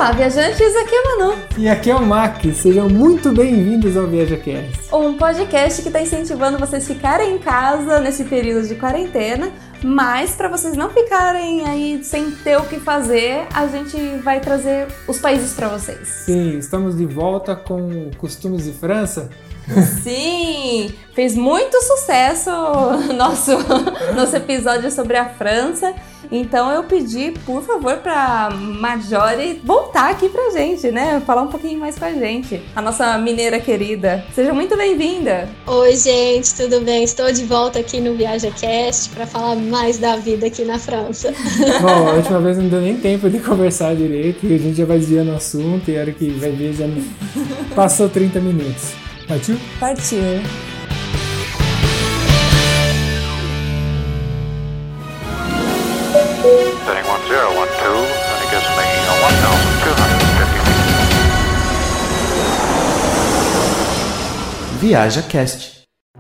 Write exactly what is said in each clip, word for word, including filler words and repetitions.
Olá, viajantes, aqui é a Manu. E aqui é o Mac, sejam muito bem-vindos ao ViajaCast. Um podcast que está incentivando vocês a ficarem em casa nesse período de quarentena, mas para vocês não ficarem aí sem ter o que fazer, a gente vai trazer os países para vocês. Sim, estamos de volta com Costumes de França. Sim, fez muito sucesso nosso, nosso episódio sobre a França. Então eu pedi, por favor, pra Marjorie voltar aqui pra gente, né? Falar um pouquinho mais com a gente. A nossa mineira querida. Seja muito bem-vinda. Oi, gente, tudo bem? Estou de volta aqui no ViajaCast para falar mais da vida aqui na França. Bom, a última vez não deu nem tempo de conversar direito e a gente já vai desviando o assunto e a hora que vai ver já passou trinta minutos. Partiu? Partiu. Setting one zero one two, and it gives me a one thousand two hundred fifty feet. ViajaCast.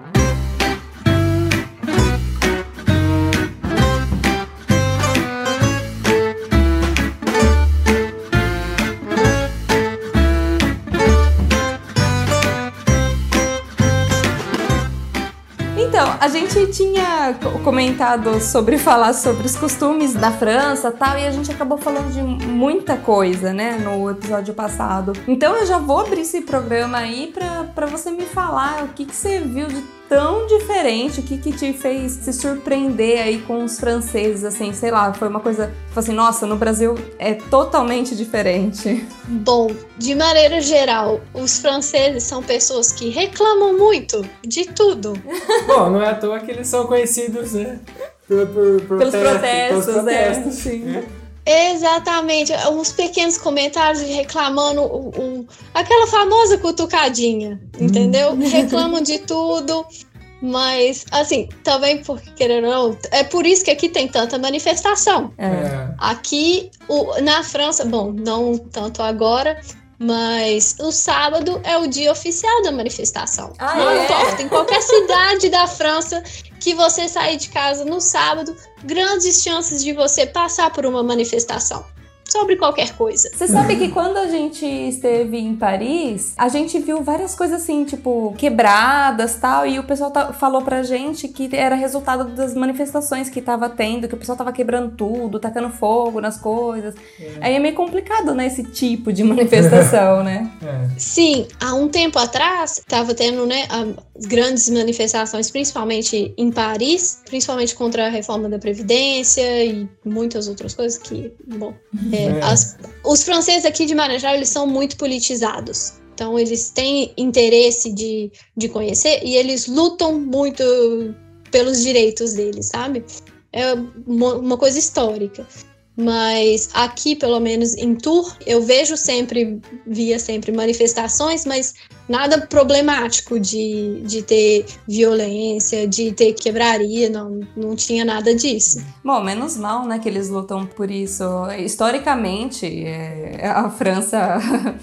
A gente tinha comentado sobre falar sobre os costumes da França e tal, e a gente acabou falando de muita coisa, né, no episódio passado. Então eu já vou abrir esse programa aí pra, pra você me falar o que, que você viu de tão diferente, o que, que te fez se surpreender aí com os franceses, assim, sei lá, foi uma coisa, tipo assim, nossa, no Brasil é totalmente diferente. Bom, de maneira geral, os franceses são pessoas que reclamam muito de tudo. Bom, não é à toa que eles são conhecidos, né, por, por, por pelos protesto, protestos, pelos protestos, é, sim. Exatamente, uns pequenos comentários reclamando o, o, aquela famosa cutucadinha, entendeu? Hum. Reclamam de tudo, mas assim, também porque querendo ou não, é por isso que aqui tem tanta manifestação. É. Aqui, o, na França, bom, não tanto agora, mas o sábado é o dia oficial da manifestação. Ah, não é? importa, em qualquer cidade da França que você sair de casa no sábado, grandes chances de você passar por uma manifestação sobre qualquer coisa. Você sabe que quando a gente esteve em Paris, a gente viu várias coisas assim, tipo, quebradas e tal, e o pessoal tá, falou pra gente que era resultado das manifestações que tava tendo, que o pessoal tava quebrando tudo, tacando fogo nas coisas. É. Aí é meio complicado, né, esse tipo de manifestação, né? É. Sim, há um tempo atrás, tava tendo, né, grandes manifestações, principalmente em Paris, principalmente contra a reforma da Previdência e muitas outras coisas que, bom... É, É. As, os franceses aqui, de maneira geral, eles são muito politizados. Então, eles têm interesse de, de conhecer e eles lutam muito pelos direitos deles, sabe? É uma, uma coisa histórica. Mas aqui, pelo menos em Tours, eu vejo sempre, via sempre manifestações, mas nada problemático de, de ter violência, de ter quebraria, não, não tinha nada disso. Bom, menos mal, né, que eles lutam por isso. Historicamente, é, a França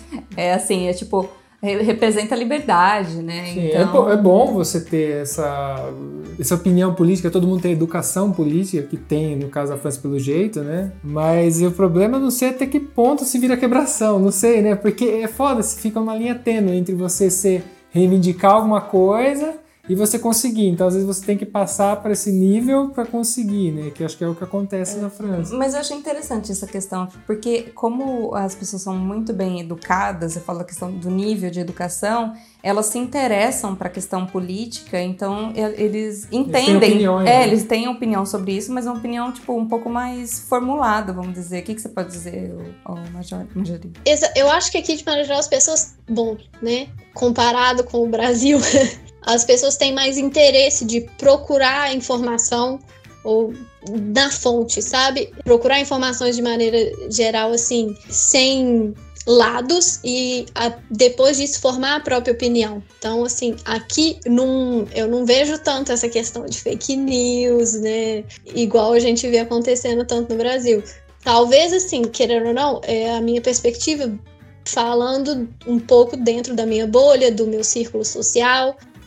é assim, é tipo... representa a liberdade, né? Sim, então... é, é bom você ter essa, essa opinião política, todo mundo tem educação política, que tem, no caso da França, pelo jeito, né? Mas o problema é não sei até que ponto se vira quebração, não sei, né? Porque é foda, se fica uma linha tênue entre você ser, reivindicar alguma coisa e você conseguir. Então, às vezes, você tem que passar para esse nível para conseguir, né? Que eu acho que é o que acontece é. na França. Mas eu achei interessante essa questão, porque como as pessoas são muito bem educadas, eu falo a questão do nível de educação, elas se interessam para a questão política, então eles entendem. Eles têm opiniões, é, né? Eles têm opinião sobre isso, mas uma opinião, tipo, um pouco mais formulada, vamos dizer. O que, que você pode dizer, Marjorie? Eu acho que aqui, de maneira geral, as pessoas, bom, né? Comparado com o Brasil... As pessoas têm mais interesse de procurar informação ou na fonte, sabe? Procurar informações de maneira geral, assim, sem lados e a, depois disso formar a própria opinião. Então, assim, aqui num, eu não vejo tanto essa questão de fake news, né? Igual a gente vê acontecendo tanto no Brasil. Talvez, assim, querendo ou não, é a minha perspectiva falando um pouco dentro da minha bolha, do meu círculo social.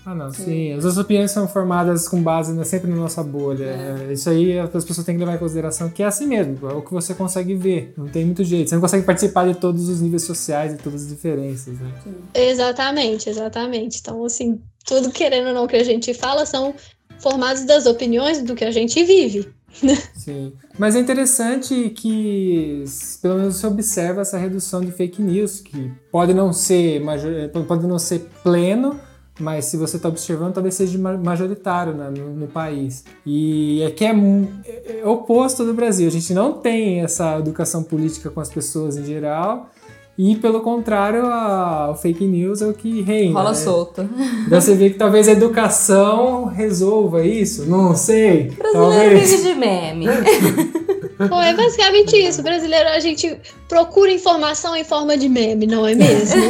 Ah, não, sim. sim. As nossas opiniões são formadas com base né, sempre na nossa bolha. É. Isso aí as pessoas têm que levar em consideração que é assim mesmo, é o que você consegue ver, não tem muito jeito. Você não consegue participar de todos os níveis sociais e todas as diferenças, né? Sim. Exatamente, exatamente. Então, assim, tudo querendo ou não que a gente fala são formados das opiniões do que a gente vive. Sim, mas é interessante que pelo menos você observa essa redução de fake news, que pode não ser, major... pode não ser pleno, mas se você está observando, talvez seja majoritário né, no, no país. E é que é, é oposto do Brasil. A gente não tem essa educação política com as pessoas em geral. E, pelo contrário, a, o fake news é o que reina. Rola né? solto. Então você vê que talvez a educação resolva isso. Não sei. Brasileiro talvez. vive de meme. Pô, é basicamente isso. Brasileiro, a gente procura informação em forma de meme, não é mesmo?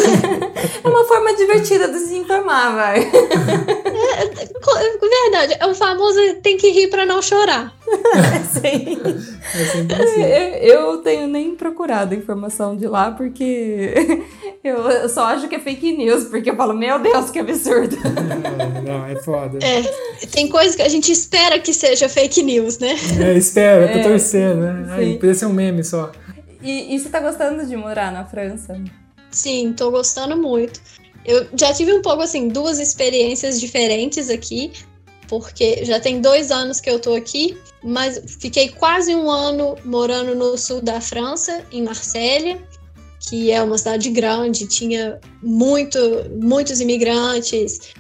É uma forma divertida de se informar, vai. É, é verdade. É o famoso tem que rir pra não chorar. Sim. É sempre assim. Eu, eu tenho nem procurado informação de lá porque eu só acho que é fake news, porque eu falo, meu Deus, que absurdo. Não, não, é foda. É, tem coisa que a gente espera que seja fake news, né? É, espera, é pra É, torcer, né? Ai, podia ser um meme só. E, e você tá gostando de morar na França? Sim, tô gostando muito. Eu já tive um pouco, assim, duas experiências diferentes aqui, porque já tem dois anos que eu tô aqui, mas fiquei quase um ano morando no sul da França, em Marselha, que é uma cidade grande, tinha muito, muitos imigrantes,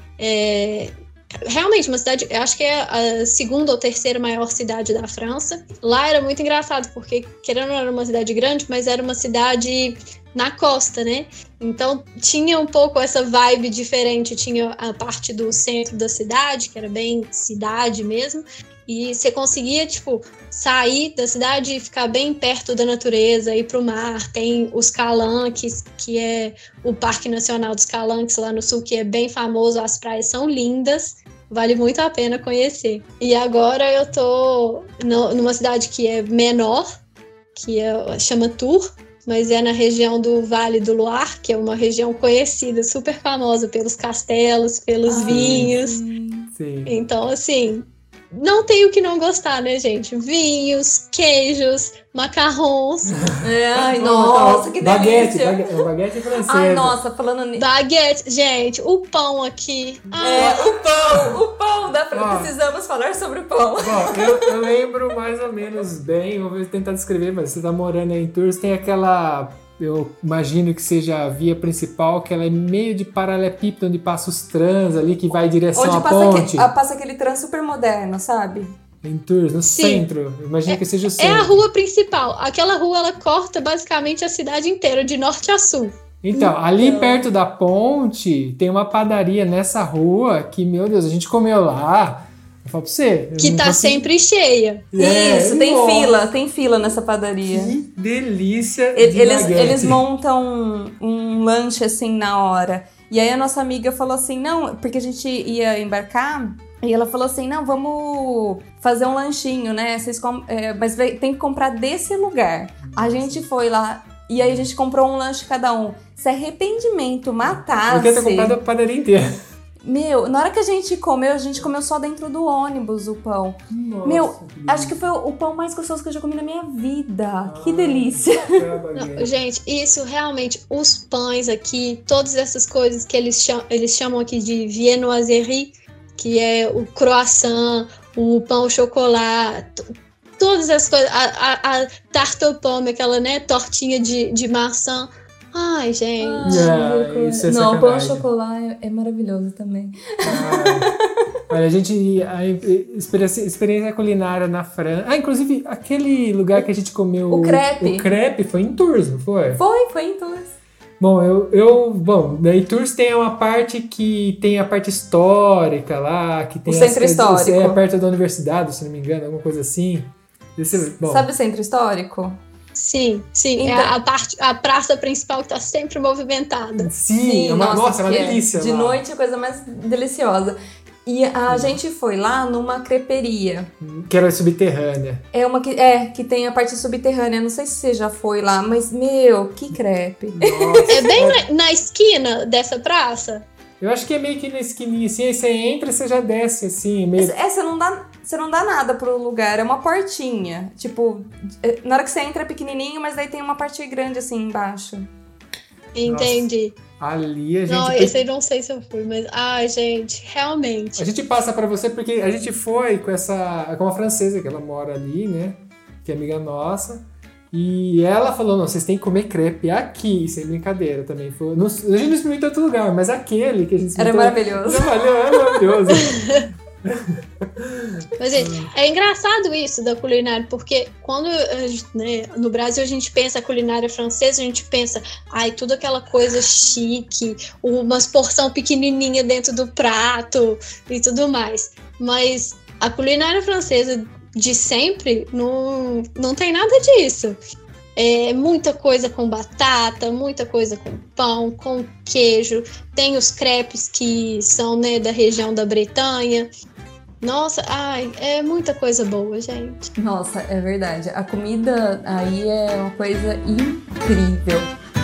é, realmente uma cidade, eu acho que é a segunda ou terceira maior cidade da França. Lá era muito engraçado, porque querendo ou não era uma cidade grande, mas era uma cidade na costa, né? Então tinha um pouco essa vibe diferente, tinha a parte do centro da cidade, que era bem cidade mesmo, e você conseguia, tipo, sair da cidade e ficar bem perto da natureza, ir pro mar. Tem os Calanques, que é o Parque Nacional dos Calanques lá no sul, que é bem famoso, as praias são lindas, vale muito a pena conhecer. E agora eu tô no, numa cidade que é menor, que é, chama Tours, mas é na região do Vale do Loire, que é uma região conhecida, super famosa pelos castelos, pelos Ai, vinhos. Sim. Então, assim, não tem o que não gostar, né, gente? Vinhos, queijos, macarrons. É, ai, Não, nossa, que baguete, delícia. baguete, baguete francesa. Ai, nossa, falando nisso. Baguete. Gente, o pão aqui. É, Ah, o pão, o pão da França. Ó. Precisamos falar sobre o pão. Bom, eu, eu lembro mais ou menos bem, vou tentar descrever, mas você tá morando aí em Tours, tem aquela, eu imagino que seja a via principal, que ela é meio de paralelepípedo, onde passa os trans ali, que vai em direção Onde à passa, ponte. aquele, ah, passa aquele trans super moderno, sabe? Em Tours, no Sim. centro. Imagina que seja o é centro. a rua principal. Aquela rua, ela corta basicamente a cidade inteira, de norte a sul. Então, ali perto da ponte, tem uma padaria nessa rua que, meu Deus, a gente comeu lá. Eu falo pra você. eu Que não tá consigo- sempre cheia. É, Isso, tem nossa, fila, tem fila nessa padaria. Que delícia E- de Eles, baguete. eles montam um, um lanche assim na hora. E aí a nossa amiga falou assim, não, porque a gente ia embarcar, e ela falou assim, não, vamos fazer um lanchinho, né? Vocês com- é, mas vai- tem que comprar desse lugar. A gente foi lá, e aí a gente comprou um lanche cada um. Se arrependimento matasse... Eu quero ter comprado a padaria inteira. Meu, na hora que a gente comeu, a gente comeu só dentro do ônibus o pão. Nossa, Meu, que acho que foi o pão mais gostoso que eu já comi na minha vida. Ah. Que delícia. delícia. Não, gente, isso realmente, os pães aqui, todas essas coisas que eles chamam, eles chamam aqui de viennoiserie, que é o croissant, o pão au chocolat, t- todas essas coisas, a, a, a tarte aux pommes, aquela, né, tortinha de, de maçã. Ai, gente. Ah, isso é Não, pão de sacanagem. chocolate é, é maravilhoso também. Ah, olha, a gente. A experiência, experiência culinária na França. Ah, inclusive, aquele lugar que a gente comeu. O crepe. O crepe foi em Tours, não foi? Foi, foi em Tours. Bom, eu, eu. Bom, daí Tours tem uma parte que tem a parte histórica lá, que tem O as centro coisas- histórico. É perto da universidade, se não me engano, alguma coisa assim. Esse, bom, Sabe o centro histórico? Sim, sim. Então- É a, parte, a praça principal que tá sempre movimentada. sim, é uma, nossa, é uma que delícia. De lá. noite é a coisa mais deliciosa. E a gente foi lá numa creperia. Que era subterrânea. É uma que, é, que tem a parte subterrânea. Não sei se você já foi lá, mas, meu, que crepe. Nossa. É bem na, na esquina dessa praça. Eu acho que é meio que na esquininha, assim, aí você entra e você já desce, assim, meio... É, você não dá, você não dá nada pro lugar, é uma portinha. Tipo, na hora que você entra é pequenininho, mas daí tem uma parte grande, assim, embaixo. Entendi. Nossa, ali a gente... Não, esse aí não sei se eu fui, mas... Ai, gente, realmente. A gente passa pra você porque a gente foi com essa... com uma francesa, que ela mora ali, né? Que é amiga nossa. E ela falou, não, vocês têm que comer crepe aqui, sem brincadeira também. Foi, não, a gente não experimentou em outro lugar, mas aquele que a gente Era maravilhoso. Era maravilhoso. Mas, gente, é engraçado isso da culinária, porque quando, né, no Brasil a gente pensa a culinária francesa, a gente pensa, ai, tudo aquela coisa chique, umas porção pequenininha dentro do prato e tudo mais. Mas a culinária francesa de sempre não, não tem nada disso. É muita coisa com batata, muita coisa com pão, com queijo. Tem os crepes que são, né, da região da Bretanha. Nossa, ai, é muita coisa boa, gente. Nossa, é verdade. A comida aí é uma coisa incrível.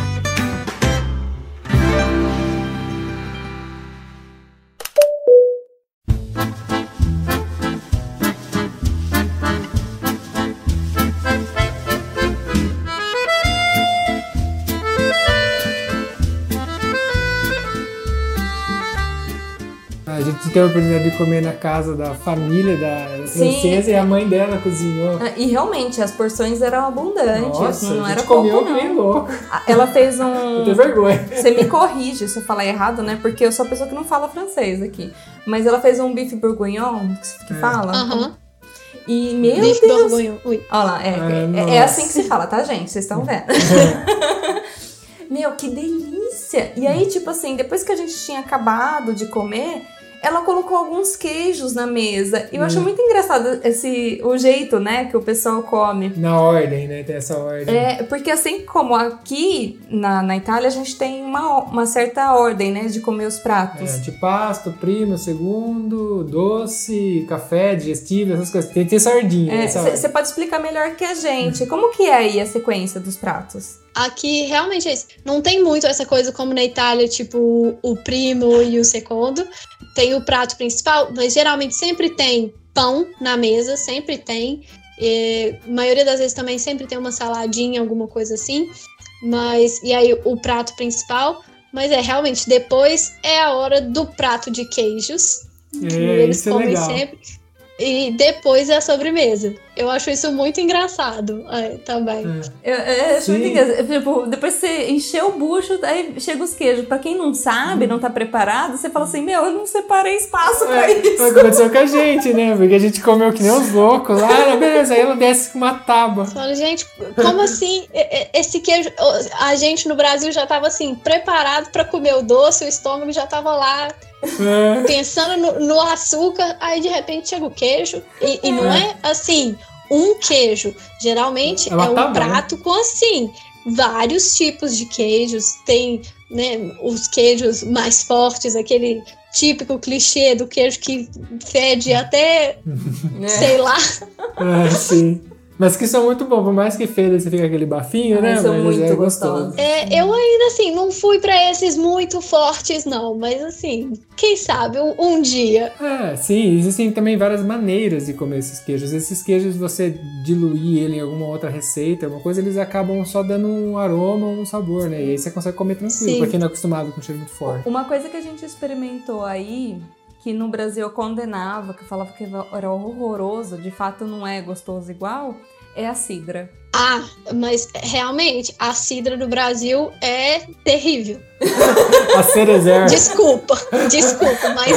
A gente teve a oportunidade de comer na casa da família da francesa e a mãe dela cozinhou. E realmente, as porções eram abundantes. Nossa, não a gente era comeu pouco, bem não. louco. Ela fez um... Eu tenho vergonha. Você me corrige se eu falar errado, né? Porque eu sou a pessoa que não fala francês aqui. Mas ela fez um bife bourguignon, que É. fala. Aham. E, meu Bife Deus... bourguignon. Ui. Olha lá, é, Ah, é, é nossa. assim que se fala, tá, gente? Vocês estão vendo. Meu, que delícia! E aí, tipo assim, depois que a gente tinha acabado de comer, ela colocou alguns queijos na mesa. E eu acho Hum. muito engraçado esse, o jeito, né, que o pessoal come. Na ordem, né? Tem essa ordem. É, porque assim como aqui na, na Itália, a gente tem uma, uma certa ordem, né, de comer os pratos. É, antipasto, primo, segundo, doce, café, digestivo, essas coisas. Tem que ter essa ordinha. essa ordem. Você pode explicar melhor que a gente. Como que é aí a sequência dos pratos? Aqui realmente é isso. Não tem muito essa coisa como na Itália, tipo o primo e o secondo. Tem o prato principal, mas geralmente sempre tem pão na mesa, sempre tem. E, a maioria das vezes também sempre tem uma saladinha, alguma coisa assim. Mas, e aí o prato principal. Mas é realmente, depois é a hora do prato de queijos. Que É, eles isso é comem legal. sempre. E depois é a sobremesa. Eu acho isso muito engraçado é, também. É. Eu, eu acho Sim. muito engraçado. Tipo, depois você encheu o bucho, aí chega os queijos. Pra quem não sabe, não tá preparado, você fala assim, meu, eu não separei espaço pra É, isso. foi o que aconteceu com a gente, né? Porque a gente comeu que nem uns loucos lá, beleza, aí ela desce com uma tábua. Você fala, gente, como assim? E- e- Esse queijo. A gente no Brasil já tava assim, preparado pra comer o doce, o estômago já tava lá É. pensando no, no açúcar, aí de repente chega o queijo. E, e não É. é assim, um queijo. Geralmente É é, uma um tábua, né? prato com assim, vários tipos de queijos. Tem, né, os queijos mais fortes, aquele típico clichê do queijo que fede até, É. sei lá. É, sim. Mas que são muito bons, por mais que feira você fica aquele bafinho, Ah, né? são Mas muito é gostosos. gostoso. É, eu ainda assim, não fui pra esses muito fortes, não. Mas assim, quem sabe um, um dia. É, sim, existem também várias maneiras de comer esses queijos. Esses queijos, você diluir ele em alguma outra receita, alguma coisa, eles acabam só dando um aroma, um sabor, né? E aí você consegue comer tranquilo, Sim. pra quem não é acostumado com um cheiro muito forte. Uma coisa que a gente experimentou aí, que no Brasil eu condenava, que eu falava que era horroroso, de fato não é gostoso igual, é a cidra. Ah, mas realmente, a cidra do Brasil é terrível. A cerezer. Desculpa, desculpa, mas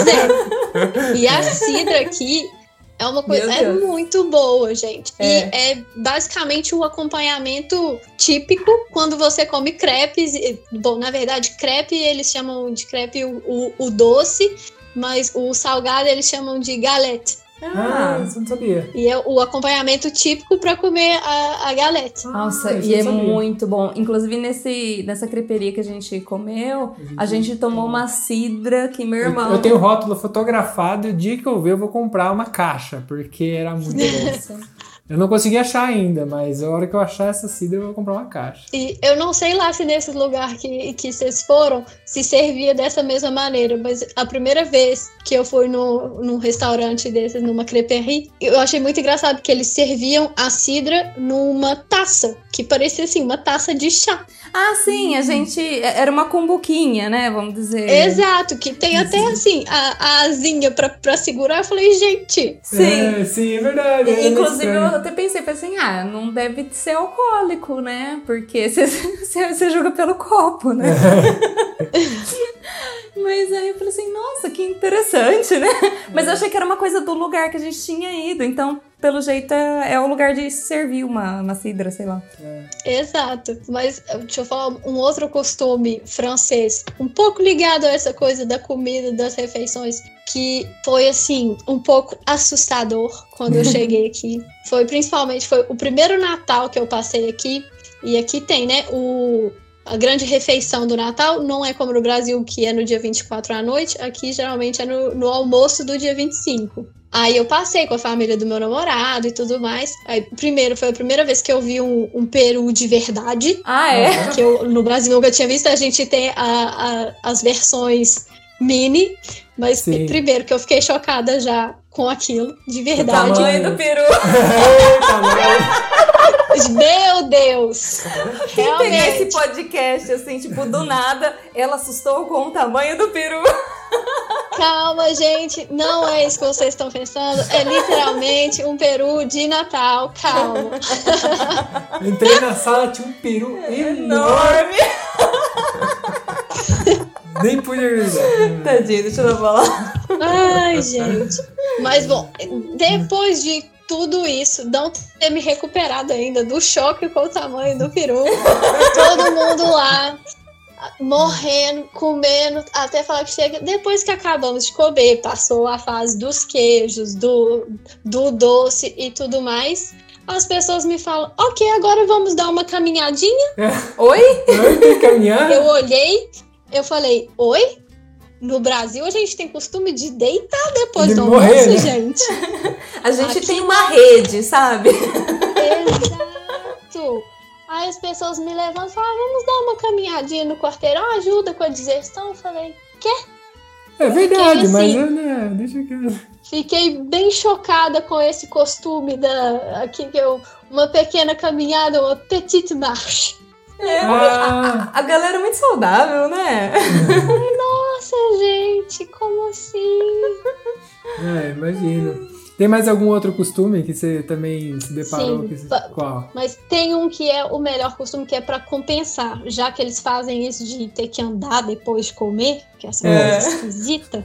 é. E a cidra aqui é uma coisa Meu é Deus. muito boa, gente. É. E é basicamente o acompanhamento típico quando você come crepes. e- Bom, na verdade, crepe eles chamam de crepe o, o, o doce, mas o salgado eles chamam de galette. Ah, isso eu não sabia. E é o acompanhamento típico para comer a, a galette. Nossa, Ah, isso e eu é não sabia. muito bom. Inclusive, nesse, nessa creperia que a gente comeu, a gente tomou uma cidra que meu irmão... Eu, eu tenho o rótulo fotografado e o dia que eu ver eu vou comprar uma caixa, porque era muito bom. Eu não consegui achar ainda, mas a hora que eu achar essa cidra eu vou comprar uma caixa. E eu não sei lá se nesse lugar que, que vocês foram, se servia dessa mesma maneira, mas a primeira vez que eu fui no, num restaurante desses, numa crêperie, eu achei muito engraçado que eles serviam a cidra numa taça, que parecia assim, uma taça de chá. Ah, sim, a gente... Era uma cumbuquinha, né, vamos dizer. Exato, que tem até assim, a, a asinha pra, pra segurar. Eu falei, gente... Sim, é, sim, é verdade. É inclusive, eu até pensei, pensei assim, ah, não deve ser alcoólico, né? Porque você julga pelo copo, né? Mas aí eu falei assim, nossa, que interessante, né? Mas eu achei que era uma coisa do lugar que a gente tinha ido. Então, pelo jeito, é, é o lugar de servir uma, uma cidra, sei lá. É. Exato. Mas deixa eu falar um outro costume francês, um pouco ligado a essa coisa da comida, das refeições, que foi, assim, um pouco assustador quando eu cheguei aqui. Foi, principalmente, foi o primeiro Natal que eu passei aqui. E aqui tem, né, o... A grande refeição do Natal não é como no Brasil, que é no dia vinte e quatro à noite. Aqui, geralmente, é no, no almoço do dia vinte e cinco. Aí eu passei com a família do meu namorado e tudo mais. Aí, primeiro, foi a primeira vez que eu vi um, um peru de verdade. Ah, é? Que eu, no Brasil, nunca tinha visto. A gente tem a, a, as versões mini. Mas, Sim. primeiro, que eu fiquei chocada já com aquilo, de verdade. O tamanho do peru. Meu Deus! Quem Realmente. pegar esse podcast, assim, tipo, do nada, ela assustou com o tamanho do peru. Calma, gente. Não é isso que vocês estão pensando. É literalmente um peru de Natal. Calma. Entrei na sala, tinha um peru enorme. Enorme. Nem pude acreditar. Tadinho, deixa eu falar. Ai, gente. Mas, bom, depois de tudo isso, não ter me recuperado ainda do choque com o tamanho do peru, todo mundo lá morrendo, comendo, até falar que chega. Depois que acabamos de comer, passou a fase dos queijos, do, do doce e tudo mais, as pessoas me falam, ok, agora vamos dar uma caminhadinha. Oi? Oi, tem que caminhar? Eu olhei, eu falei, oi? No Brasil, a gente tem costume de deitar depois De do morrer, almoço, né? gente. A gente Aqui tem uma rede, sabe? Exato. Aí as pessoas me levantam e falam, ah, vamos dar uma caminhadinha no quarteirão, ajuda com a digestão. Eu falei, quê? É verdade, Fiquei mas assim. eu, né, deixa que... Fiquei bem chocada com esse costume da aqui que eu uma pequena caminhada, uma petite marche. É, Ah. a, a galera é muito saudável, né? Nossa, gente, como assim? É, imagino. Tem mais algum outro costume que você também se deparou? Sim, Que você... pa- Qual? Mas tem um que é o melhor costume, que é pra compensar, já que eles fazem isso de ter que andar depois de comer, que é essa É. coisa esquisita.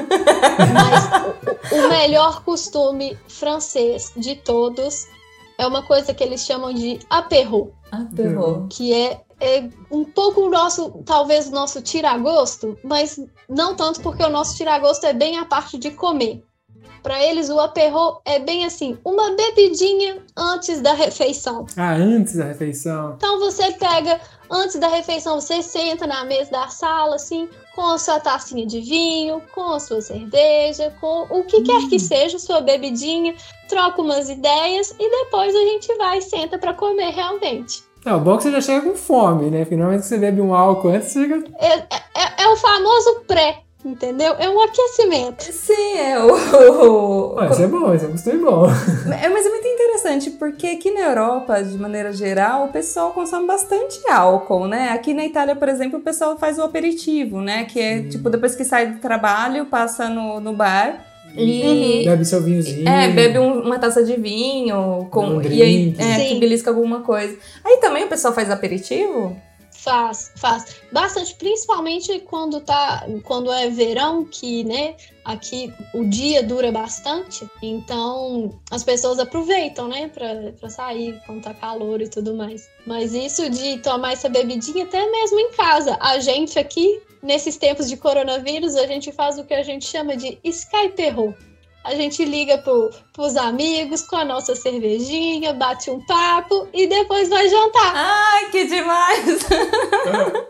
Mas o, o melhor costume francês de todos é uma coisa que eles chamam de apéro, Aterrou. que é, é um pouco o nosso, talvez o nosso tiragosto, mas não tanto, porque o nosso tiragosto é bem a parte de comer. Para eles, o apéro é bem assim, uma bebidinha antes da refeição. Ah, antes da refeição. Então você pega, antes da refeição, você senta na mesa da sala, assim, com a sua tacinha de vinho, com a sua cerveja, com o que quer que seja, sua bebidinha, troca umas ideias e depois a gente vai e senta para comer realmente. É, o bom é que você já chega com fome, né? Porque normalmente você bebe um álcool antes, você chega... É, é, é o famoso pré, entendeu? É um aquecimento. Sim, é o... o- Ah, isso é bom, isso é um costume bom. É, mas é muito interessante, porque aqui na Europa, de maneira geral, o pessoal consome bastante álcool, né? Aqui na Itália, por exemplo, o pessoal faz o aperitivo, né? Que é, tipo, depois que sai do trabalho, passa no, no bar e... Bebe seu vinhozinho. É, bebe um- uma taça de vinho com, Um e aí drink. é, Sim. que belisca alguma coisa. Aí também o pessoal faz aperitivo? Faz, faz. Bastante, principalmente quando tá, quando é verão, que, né, aqui o dia dura bastante, então as pessoas aproveitam, né, pra, pra sair quando tá calor e tudo mais. Mas isso de tomar essa bebidinha até mesmo em casa. A gente aqui, nesses tempos de coronavírus, a gente faz o que a gente chama de Skype-erro. A gente liga pro, pros amigos com a nossa cervejinha, bate um papo e depois vai jantar. Ai, que demais!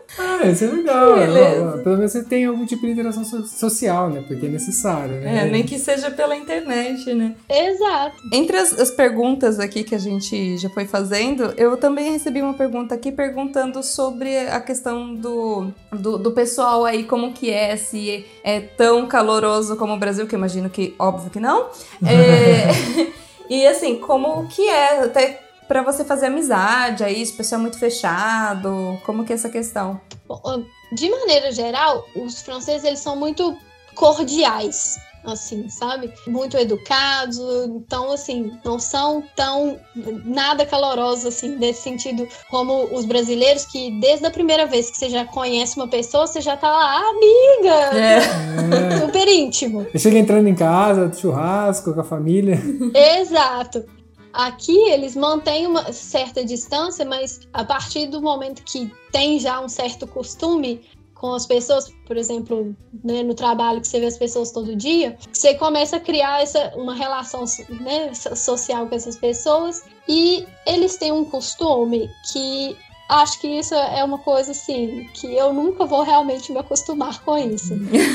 Ah, isso é legal. Beleza. Ó, pelo menos você tem algum tipo de interação so- social, né? Porque é necessário, né? É, nem que seja pela internet, né? Exato. Entre as, as perguntas aqui que a gente já foi fazendo, eu também recebi uma pergunta aqui perguntando sobre a questão do, do, do pessoal aí, como que é, se é tão caloroso como o Brasil, que eu imagino que, óbvio que não. É, e assim, como que é até pra você fazer amizade aí, se o pessoal é muito fechado, como que é essa questão? Bom, de maneira geral, os franceses, eles são muito cordiais, assim, sabe? Muito educados, então, assim, não são tão nada calorosos, assim, nesse sentido, como os brasileiros, que desde a primeira vez que você já conhece uma pessoa, você já tá lá, ah, amiga! É. Super íntimo. Você chega entrando em casa, churrasco com a família. Exato. Aqui eles mantêm uma certa distância, mas a partir do momento que tem já um certo costume com as pessoas, por exemplo, né, no trabalho que você vê as pessoas todo dia, você começa a criar essa, uma relação, né, social com essas pessoas, e eles têm um costume que acho que isso é uma coisa assim, que eu nunca vou realmente me acostumar com isso.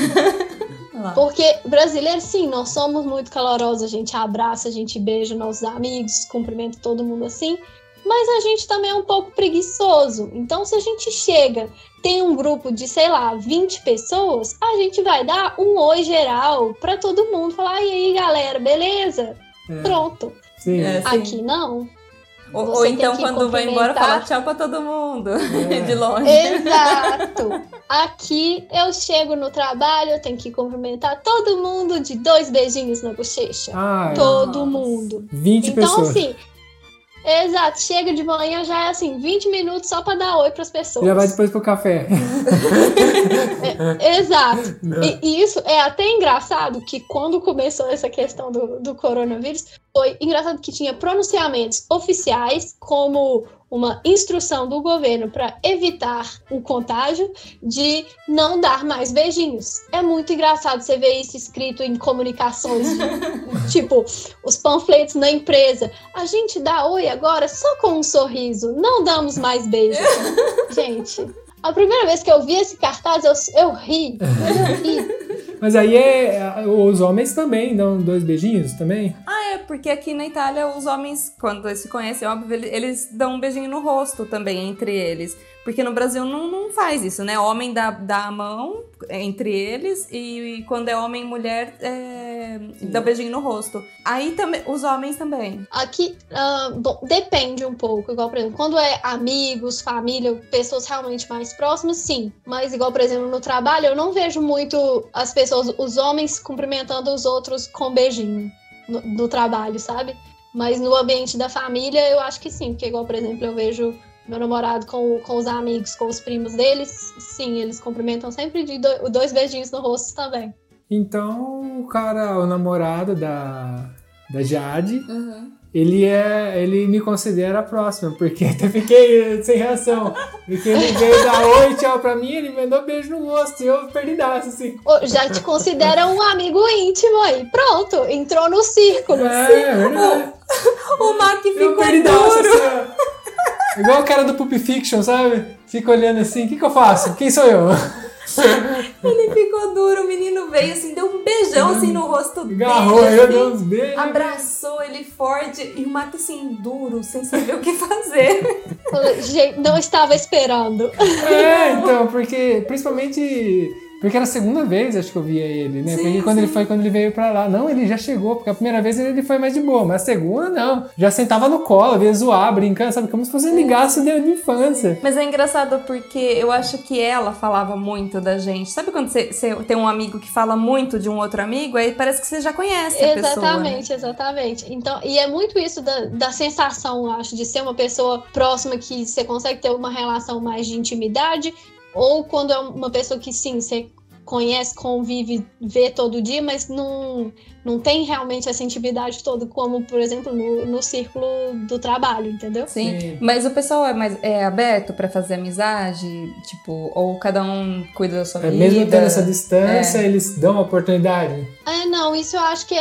Porque brasileiros, sim, nós somos muito calorosos, a gente abraça, a gente beija nossos amigos, cumprimenta todo mundo assim, mas a gente também é um pouco preguiçoso. Então, se a gente chega, tem um grupo de, sei lá, vinte pessoas, a gente vai dar um oi geral pra todo mundo, falar, e aí, galera, beleza? É. Pronto. Sim. É, sim. Aqui não. Ou, Você ou tem então, que quando vai embora, cumprimentar. fala tchau pra todo mundo, É. de longe. Exato. Aqui eu chego no trabalho, eu tenho que cumprimentar todo mundo de dois beijinhos na bochecha. Ah, é. Todo mundo. vinte Então, pessoas. assim, exato, chega de manhã, já é assim, vinte minutos só pra dar oi pras pessoas. Já vai depois pro café. É, exato. E, e isso é até engraçado que quando começou essa questão do, do coronavírus, foi engraçado que tinha pronunciamentos oficiais, como uma instrução do governo para evitar o contágio, de não dar mais beijinhos. É muito engraçado você ver isso escrito em comunicações, de, tipo, os panfletos na empresa. A gente dá oi agora só com um sorriso, não damos mais beijos. Gente, a primeira vez que eu vi esse cartaz, eu, eu ri, mas eu ri. Mas aí é, os homens também dão dois beijinhos também? É, porque aqui na Itália os homens, quando eles se conhecem, óbvio, ele- eles dão um beijinho no rosto também, entre eles. Porque no Brasil não, não faz isso, né? Homem dá, dá a mão entre eles e, quando é homem e mulher, é, dá beijinho no rosto. Aí também, os homens também. Aqui, ah, bom, depende um pouco. Igual, por exemplo, quando é amigos, família, pessoas realmente mais próximas, sim. Mas, igual, por exemplo, no trabalho, eu não vejo muito as pessoas, os homens cumprimentando os outros com beijinho no, no trabalho, sabe? Mas no ambiente da família, eu acho que sim. Porque, igual, por exemplo, eu vejo meu namorado com, com os amigos, com os primos deles, sim, eles cumprimentam sempre de do, dois beijinhos no rosto também. Então, o cara, o namorado da, da Jade, Uhum. ele é, ele me considera próximo, porque até fiquei sem reação. Porque ele veio dar oi, tchau pra mim, ele me mandou beijo no rosto e eu perdidaço, assim. Ô, já te considera um amigo íntimo aí. Pronto, entrou no círculo. É, é verdade. O Mac Eu ficou perdidaço, duro. assim, ó. Igual o cara do Pulp Fiction, sabe? Fica olhando assim, o que que eu faço? Quem sou eu? Ele ficou duro, o menino veio assim, deu um beijão assim no rosto dele. Agarrou, eu assim, dei uns beijos. abraçou ele forte e o Mac assim, duro, sem saber o que fazer. Gente, não estava esperando. É, então, porque principalmente. Porque era a segunda vez, acho que eu via ele, né? Sim, porque quando sim. ele foi, quando ele veio pra lá. Não, ele já chegou, porque a primeira vez ele foi mais de boa, mas a segunda não. Já sentava no colo, via zoar, brincando, sabe? Como se fosse um amigaço de, de infância. Mas é engraçado porque eu acho que ela falava muito da gente. Sabe quando você, você tem um amigo que fala muito de um outro amigo? Aí parece que você já conhece a pessoa. Exatamente, exatamente. Então, e é muito isso da, da sensação, eu acho, de ser uma pessoa próxima que você consegue ter uma relação mais de intimidade, ou quando é uma pessoa que sim, você conhece, convive, vê todo dia, mas não, não tem realmente essa intimidade toda, como, por exemplo, no, no círculo do trabalho, entendeu? Sim. Sim. Mas o pessoal é mais é aberto pra fazer amizade? Tipo, ou cada um cuida da sua É, vida? mesmo tendo essa distância, É. eles dão uma oportunidade. É, não, isso eu acho que é,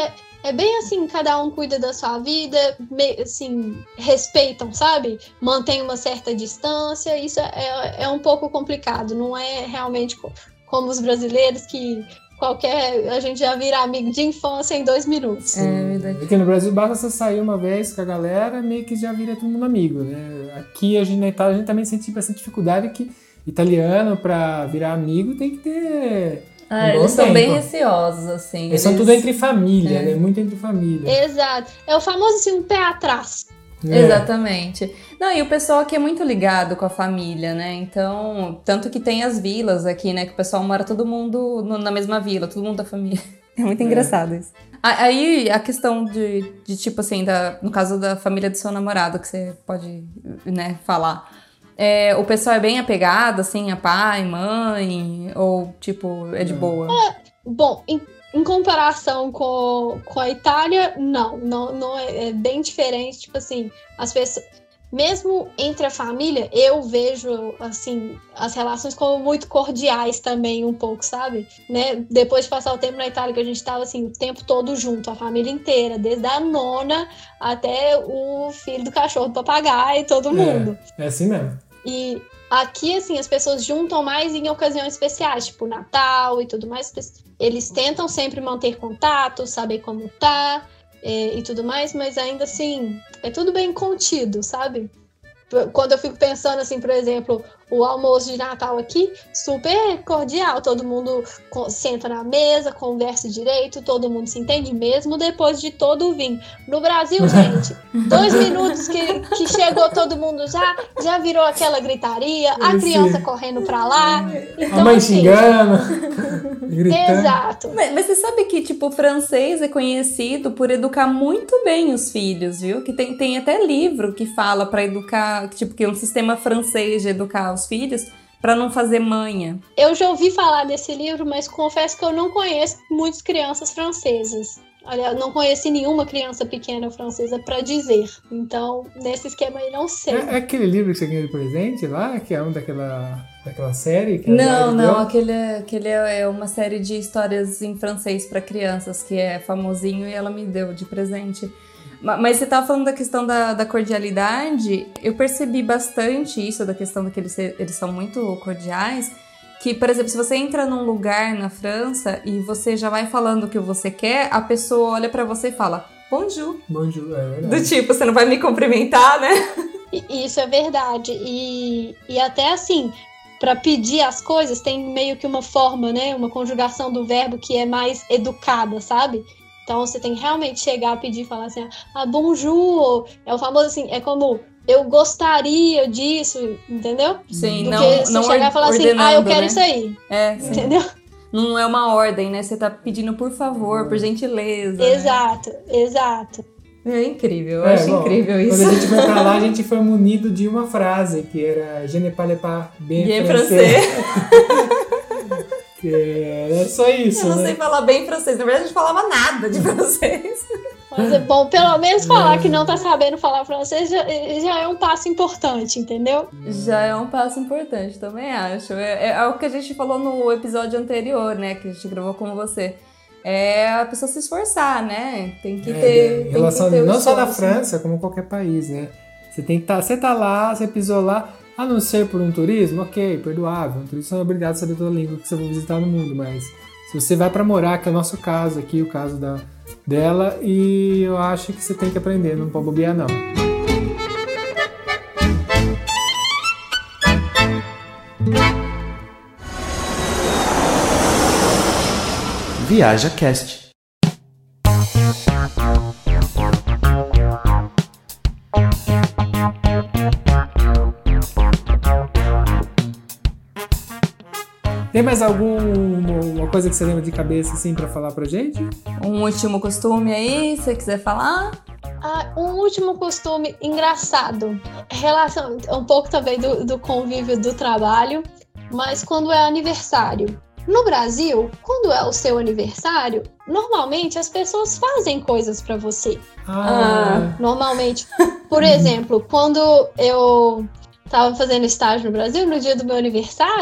É bem assim, cada um cuida da sua vida, me, assim, respeitam, sabe? Mantém uma certa distância, isso é, é um pouco complicado, não é realmente como os brasileiros que qualquer, a gente já vira amigo de infância em dois minutos. É verdade. Aqui no Brasil basta você sair uma vez com a galera, meio que já vira todo mundo amigo, né? Aqui a gente, na Itália a gente também sente bastante dificuldade que italiano pra virar amigo tem que ter... Ah, um eles bom são tempo. bem receosos, assim. Eles, Eles são tudo entre família, É. né? Muito entre família. Exato. É o famoso assim, um pé atrás. É. Exatamente. Não, e o pessoal aqui é muito ligado com a família, né? Então, tanto que tem as vilas aqui, né? Que o pessoal mora todo mundo no- na mesma vila, todo mundo da família. É muito É. engraçado isso. A- Aí, a questão de, de tipo assim, da, no caso da família do seu namorado, que você pode, né, falar. É, o pessoal é bem apegado, assim, a pai, mãe, ou, tipo, é de Não. boa? Bom, em, em comparação com, com a Itália, não, não, não é, é bem diferente. Tipo assim, as pessoas, mesmo entre a família, eu vejo assim as relações como muito cordiais também, um pouco, sabe? Né? Depois de passar o tempo na Itália, que a gente estava assim o tempo todo junto, a família inteira, desde a nona até o filho do cachorro, do papagaio, todo mundo. É, é assim mesmo. E aqui, assim, as pessoas juntam mais em ocasiões especiais, tipo Natal e tudo mais. Eles tentam sempre manter contato, saber como tá é, e tudo mais, mas ainda assim, é tudo bem contido, sabe? Quando eu fico pensando, assim, por exemplo, o almoço de Natal aqui, super cordial, todo mundo senta na mesa, conversa direito, todo mundo se entende mesmo depois de todo o vinho. No Brasil, gente, dois minutos que, que chegou todo mundo já, já virou aquela gritaria, a criança correndo pra lá. Então, a mãe assim, xingando, gritando. exato. Mas, mas você sabe que, tipo, o francês é conhecido por educar muito bem os filhos, viu? Que tem, tem até livro que fala pra educar, tipo, que é um sistema francês de educar os filhos pra não fazer manha. Eu já ouvi falar desse livro, mas confesso que eu não conheço muitas crianças francesas. Olha, não conheci nenhuma criança pequena francesa pra dizer. Então, nesse esquema aí, não sei. É, é aquele livro que você ganhou de presente lá, que é um daquela, daquela série? Que a Não, Mari não, deu? aquele, aquele é uma série de histórias em francês pra crianças, que é famosinho e ela me deu de presente. Ma- Mas você tava falando da questão da, da cordialidade, eu percebi bastante isso, da questão de que eles, eles são muito cordiais, que, por exemplo, se você entra num lugar na França e você já vai falando o que você quer, a pessoa olha pra você e fala, bonjour. Bonjour, é verdade. Do tipo, você não vai me cumprimentar, né? E isso é verdade. E, e até assim, para pedir as coisas, tem meio que uma forma, né? Uma conjugação do verbo que é mais educada, sabe? Então você tem que realmente chegar a pedir e falar assim, ah, bonjour. É o famoso assim, é como eu gostaria disso, entendeu? Sim, Do não, que você não chegar or- e falar assim, ordenando, ah, eu quero né? isso aí. É, sim. Entendeu? Não é uma ordem, né? Você tá pedindo por favor, por gentileza. né? Exato, exato. É incrível, eu É, acho bom, incrível isso. Quando a gente foi pra lá, a gente foi munido de uma frase, que era Je ne parle pas bien Bien français. francês. Que é só isso, Eu não né? sei falar bem francês. Na verdade, a gente falava nada de francês. Mas é bom, pelo menos falar que não tá sabendo falar francês já, já é um passo importante, entendeu? Já é um passo importante, também acho. É, é o que a gente falou no episódio anterior, né? Que a gente gravou com você. É a pessoa se esforçar, né? Tem que É, ter. em tem relação que ter o não só da esforço. França, como qualquer país, né? Você tem que tá, você tá lá, você pisou lá, a não ser por um turismo, ok, perdoável. Um turista não é obrigado a saber toda a língua que você vai visitar no mundo, mas se você vai pra morar, que é o nosso caso aqui, o caso da, dela, e eu acho que você tem que aprender, não pode bobear não. Viaja Cast. Tem mais alguma coisa que você lembra de cabeça assim pra falar pra gente? Um último costume aí, se você quiser falar. Ah, um último costume engraçado, relação, um pouco também do, do convívio do trabalho, mas quando é aniversário. No Brasil, quando é o seu aniversário, normalmente as pessoas fazem coisas pra você. Ah, Normalmente, por exemplo, quando eu estava fazendo estágio no Brasil, no dia do meu aniversário,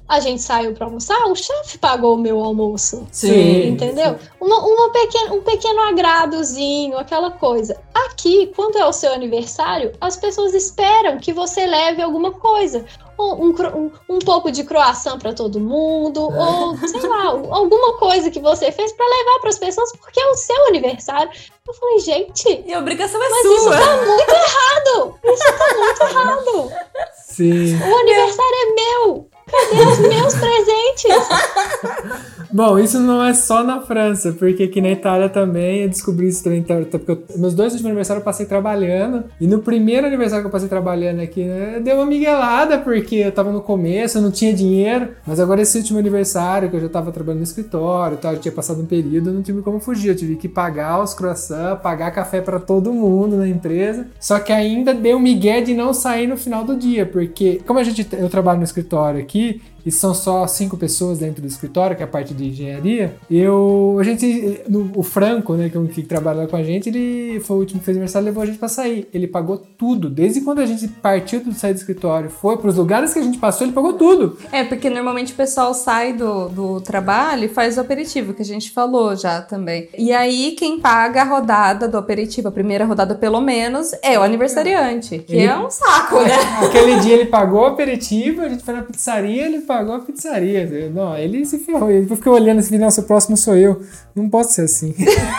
a gente saiu pra almoçar, o chefe pagou o meu almoço. Sim. Entendeu? Uma, uma pequena, um pequeno agradozinho, aquela coisa. Aqui, quando é o seu aniversário, as pessoas esperam que você leve alguma coisa. Um, um, um pouco de croissant para todo mundo, é. ou sei lá, alguma coisa que você fez para levar para as pessoas, porque é o seu aniversário. Eu falei, gente, e a obrigação é mas sua. Isso tá muito errado. Isso tá muito errado. Sim. O aniversário é meu. Cadê os meus presentes? Bom, isso não é só na França, porque aqui na Itália também eu descobri isso também. Porque eu, meus dois últimos aniversários eu passei trabalhando. E no primeiro aniversário que eu passei trabalhando aqui, né, deu uma miguelada, porque eu tava no começo, eu não tinha dinheiro. Mas agora esse último aniversário, que eu já tava trabalhando no escritório, tá, eu tinha passado um período, eu não tive como fugir. Eu tive que pagar os croissants, pagar café pra todo mundo na empresa. Só que ainda deu um migué de não sair no final do dia, porque como a gente, eu trabalho no escritório aqui, e são só cinco pessoas dentro do escritório, que é a parte de engenharia, eu, a gente, no, o Franco, né, que, que trabalha com a gente, ele foi o último que fez aniversário, levou a gente pra sair. Ele pagou tudo, desde quando a gente partiu do sair do escritório, foi pros lugares que a gente passou, ele pagou tudo. É, porque normalmente o pessoal sai do, do trabalho e faz o aperitivo, que a gente falou já também. E aí, quem paga a rodada do aperitivo, a primeira rodada pelo menos, é o aniversariante, que ele, é um saco, né? Aquele dia ele pagou o aperitivo, a gente foi na pizzaria, ele pagou a pizzaria. Não, ele se ferrou. Ele ficou olhando assim, nossa, o próximo sou eu. Não posso ser assim.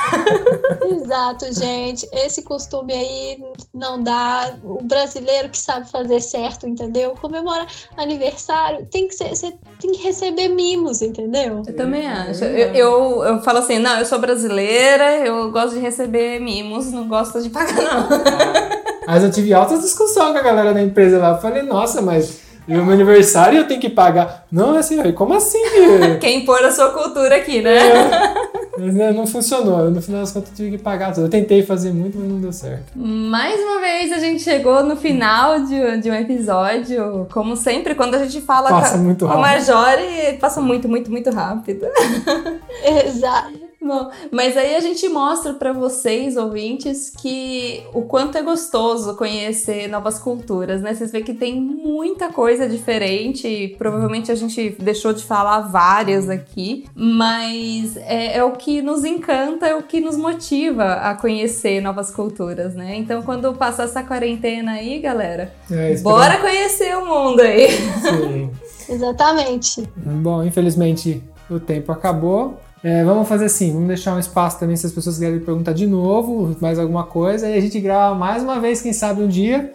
Exato, gente. Esse costume aí não dá. O brasileiro que sabe fazer certo, entendeu? Comemorar aniversário tem que ser, você tem que receber mimos, entendeu? Eu também acho. Eu, eu, eu falo assim, não, eu sou brasileira, eu gosto de receber mimos, não gosto de pagar, não. Mas eu tive altas discussões com a galera da empresa lá. Eu falei, nossa, mas no meu aniversário eu tenho que pagar. Não, é assim, como assim? Quem impor a sua cultura aqui, né? É, não funcionou. No final das contas eu tive que pagar tudo. Eu tentei fazer muito, mas não deu certo. Mais uma vez a gente chegou no final de, de um episódio. Como sempre, quando a gente fala passa com, muito com a rápido. Marjorie, passa muito, muito, muito rápido. Exato. Bom, mas aí a gente mostra para vocês, ouvintes, que o quanto é gostoso conhecer novas culturas, né? Vocês veem que tem muita coisa diferente, provavelmente a gente deixou de falar várias aqui, mas é, é o que nos encanta, é o que nos motiva a conhecer novas culturas, né? Então, quando passar essa quarentena aí, galera, é, bora conhecer o mundo aí! Sim. Exatamente. Bom, infelizmente o tempo acabou. É, vamos fazer assim, vamos deixar um espaço também se as pessoas quiserem perguntar de novo, mais alguma coisa, e a gente grava mais uma vez, quem sabe um dia,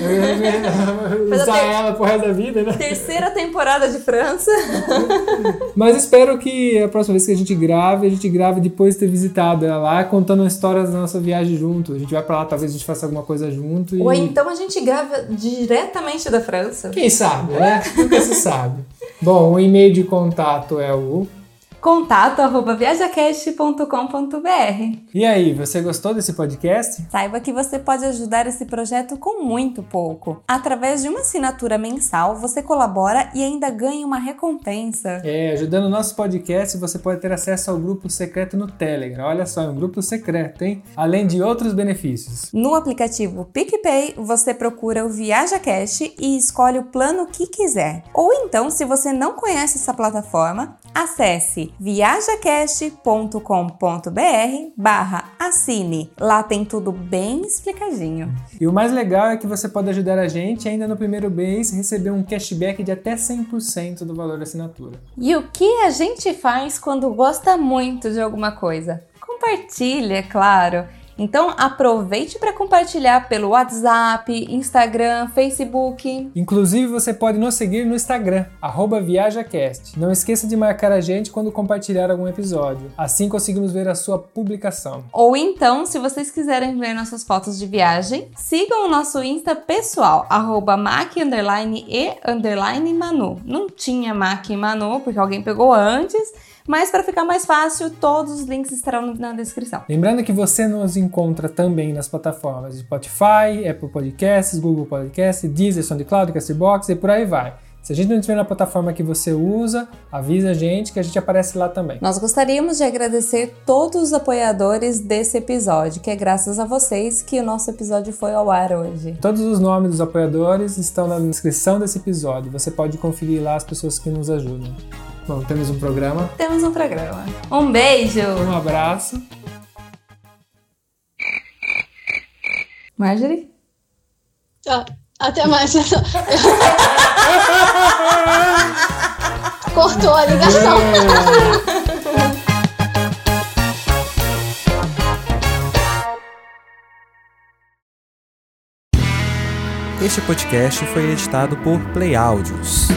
usar ter... ela pro resto da vida, né? Terceira temporada de França. Mas espero que a próxima vez que a gente grave, a gente grave depois de ter visitado ela lá, contando histórias da nossa viagem junto. A gente vai pra lá, talvez a gente faça alguma coisa junto. E... Ou então a gente grava diretamente da França. Quem sabe, né? Nunca se sabe. Bom, o e-mail de contato é o... contato arroba viajacast ponto com ponto b r. E aí, você gostou desse podcast? Saiba que você pode ajudar esse projeto com muito pouco. Através de uma assinatura mensal, você colabora e ainda ganha uma recompensa. É, ajudando o nosso podcast, você pode ter acesso ao grupo secreto no Telegram. Olha só, é um grupo secreto, hein? Além de outros benefícios. No aplicativo PicPay, você procura o ViajaCast e escolhe o plano que quiser. Ou então, se você não conhece essa plataforma, acesse viajacast ponto com ponto b r barra assine. Lá tem tudo bem explicadinho. E o mais legal é que você pode ajudar a gente ainda no primeiro mês receber um cashback de até cem por cento do valor da assinatura. E o que a gente faz quando gosta muito de alguma coisa? Compartilha, é claro. Então aproveite para compartilhar pelo WhatsApp, Instagram, Facebook. Inclusive você pode nos seguir no Instagram, arroba ViajaCast. Não esqueça de marcar a gente quando compartilhar algum episódio. Assim conseguimos ver a sua publicação. Ou então, se vocês quiserem ver nossas fotos de viagem, sigam o nosso Insta pessoal, arroba mac underline e underline manu. Não tinha Mac e Manu, porque alguém pegou antes. Mas para ficar mais fácil, todos os links estarão na descrição. Lembrando que você nos encontra também nas plataformas Spotify, Apple Podcasts, Google Podcasts, Deezer, SoundCloud, Castbox e por aí vai. Se a gente não estiver na plataforma que você usa, avisa a gente que a gente aparece lá também. Nós gostaríamos de agradecer todos os apoiadores desse episódio, que é graças a vocês que o nosso episódio foi ao ar hoje. Todos os nomes dos apoiadores estão na descrição desse episódio. Você pode conferir lá as pessoas que nos ajudam. Bom, temos um programa. Temos um programa. Um beijo! Um abraço. Marjorie? Ah, até mais. Cortou a ligação. Este podcast foi editado por Play Áudios.